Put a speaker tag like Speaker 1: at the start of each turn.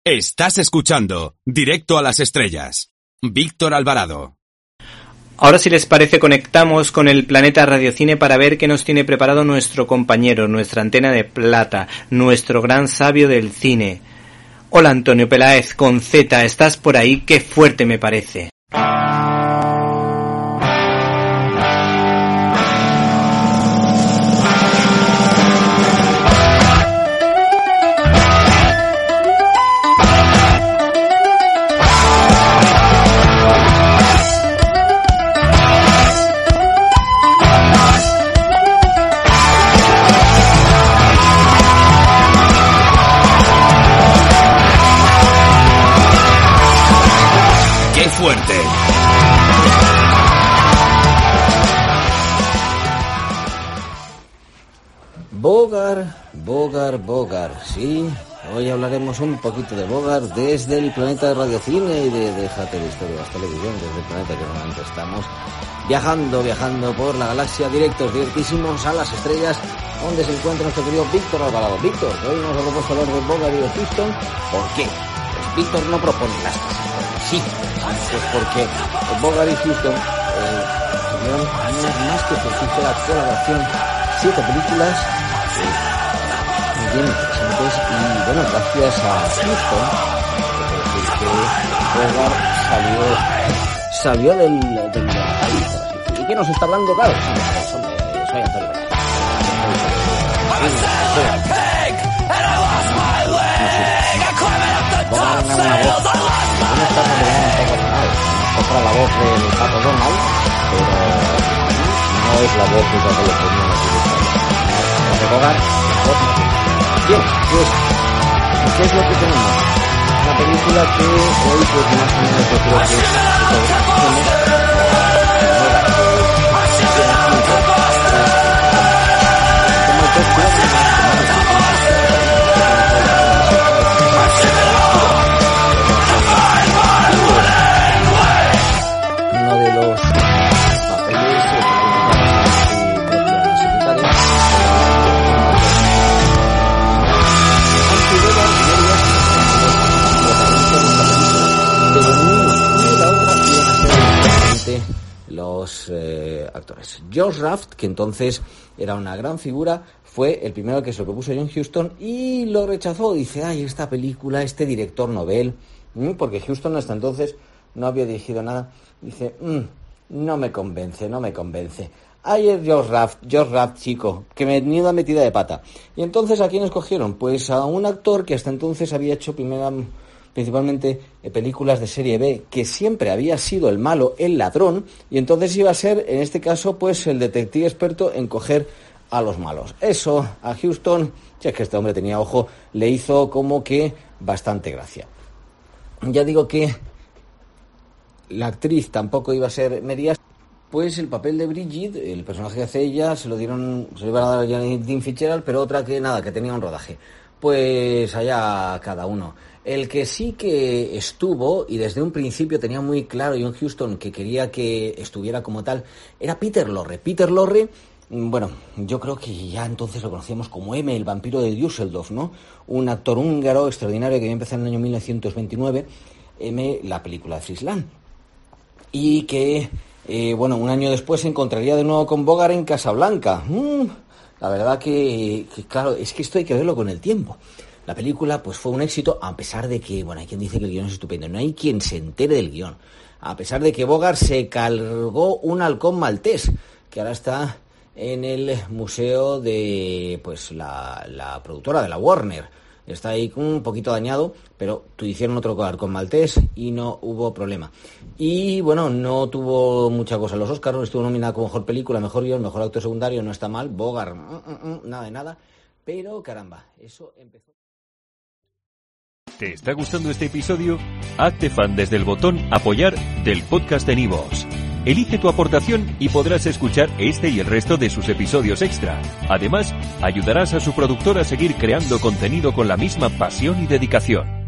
Speaker 1: Estás escuchando Directo a las Estrellas. Víctor Alvarado.
Speaker 2: Ahora, si les parece, conectamos con el planeta Radiocine para ver qué nos tiene preparado nuestro compañero, nuestra antena de plata, nuestro gran sabio del cine. Hola, Antonio Peláez, con Z, ¿estás por ahí? ¡Qué fuerte me parece!
Speaker 1: Fuerte.
Speaker 3: Bogart, sí. Hoy hablaremos un poquito de Bogart desde el planeta de Radiocine y de Déjate de Historias Televisión, desde el planeta que normalmente estamos viajando por la galaxia, directísimos a las estrellas, donde se encuentra nuestro querido Víctor Alvarado. Víctor, hoy nos ha propuesto hablar de Bogart y de Houston. ¿Por qué? Pues Víctor no propone las cosas. Sí, pues porque Bogart y Houston tuvieron años más que fructífera colaboración, 7 películas muy bien interesantes, y bueno, gracias a Houston, que Bogart salió del país. ¿Y qué nos está hablando? Claro, soy Antonio Peláez. Bogart era una voz. Otra la voz del Pato Donald, pero no es la voz de la telefonía de Bogart, la voz. Bien, pues, ¿qué es lo que tenemos? Una película que hoy, pues, más o menos yo creo que los actores. George Raft, que entonces era una gran figura, fue el primero que se lo propuso a John Huston y lo rechazó. Dice, ay, esta película, este director novel, porque Huston hasta entonces no había dirigido nada. Dice, no me convence. Ay, es George Raft, chico, que menuda metida de pata. Y entonces, ¿a quién escogieron? Pues a un actor que hasta entonces había hecho principalmente películas de serie B, que siempre había sido el malo, el ladrón, y entonces iba a ser, en este caso, pues el detective experto en coger a los malos. Eso a Houston, si es que este hombre tenía ojo, le hizo como que bastante gracia. Ya digo que la actriz tampoco iba a ser Medias, pues el papel de Bridget, el personaje que hace ella, se lo iban a dar a Janine Fitzgerald, pero otra que nada, que tenía un rodaje. Pues allá cada uno. El que sí que estuvo, y desde un principio tenía muy claro John Huston que quería que estuviera como tal, era Peter Lorre. Peter Lorre, bueno, yo creo que ya entonces lo conocíamos como M, el vampiro de Düsseldorf, ¿no? Un actor húngaro extraordinario que había empezado en el año 1929, M, la película de Friesland. Y que, bueno, un año después se encontraría de nuevo con Bogart en Casablanca. La verdad que, claro, es que esto hay que verlo con el tiempo. La película pues fue un éxito, a pesar de que, bueno, hay quien dice que el guión es estupendo, no hay quien se entere del guión. A pesar de que Bogart se cargó un halcón maltés, que ahora está en el museo de, pues, la productora de la Warner. Está ahí un poquito dañado, pero hicieron otro halcón maltés y no hubo problema. Y bueno, no tuvo mucha cosa en los Oscars, estuvo nominada como mejor película, mejor guión, mejor actor secundario, no está mal. Bogart, nada de nada, pero caramba, eso empezó.
Speaker 4: ¿Te está gustando este episodio? Hazte fan desde el botón Apoyar del podcast de Nivos. Elige tu aportación y podrás escuchar este y el resto de sus episodios extra. Además, ayudarás a su productor a seguir creando contenido con la misma pasión y dedicación.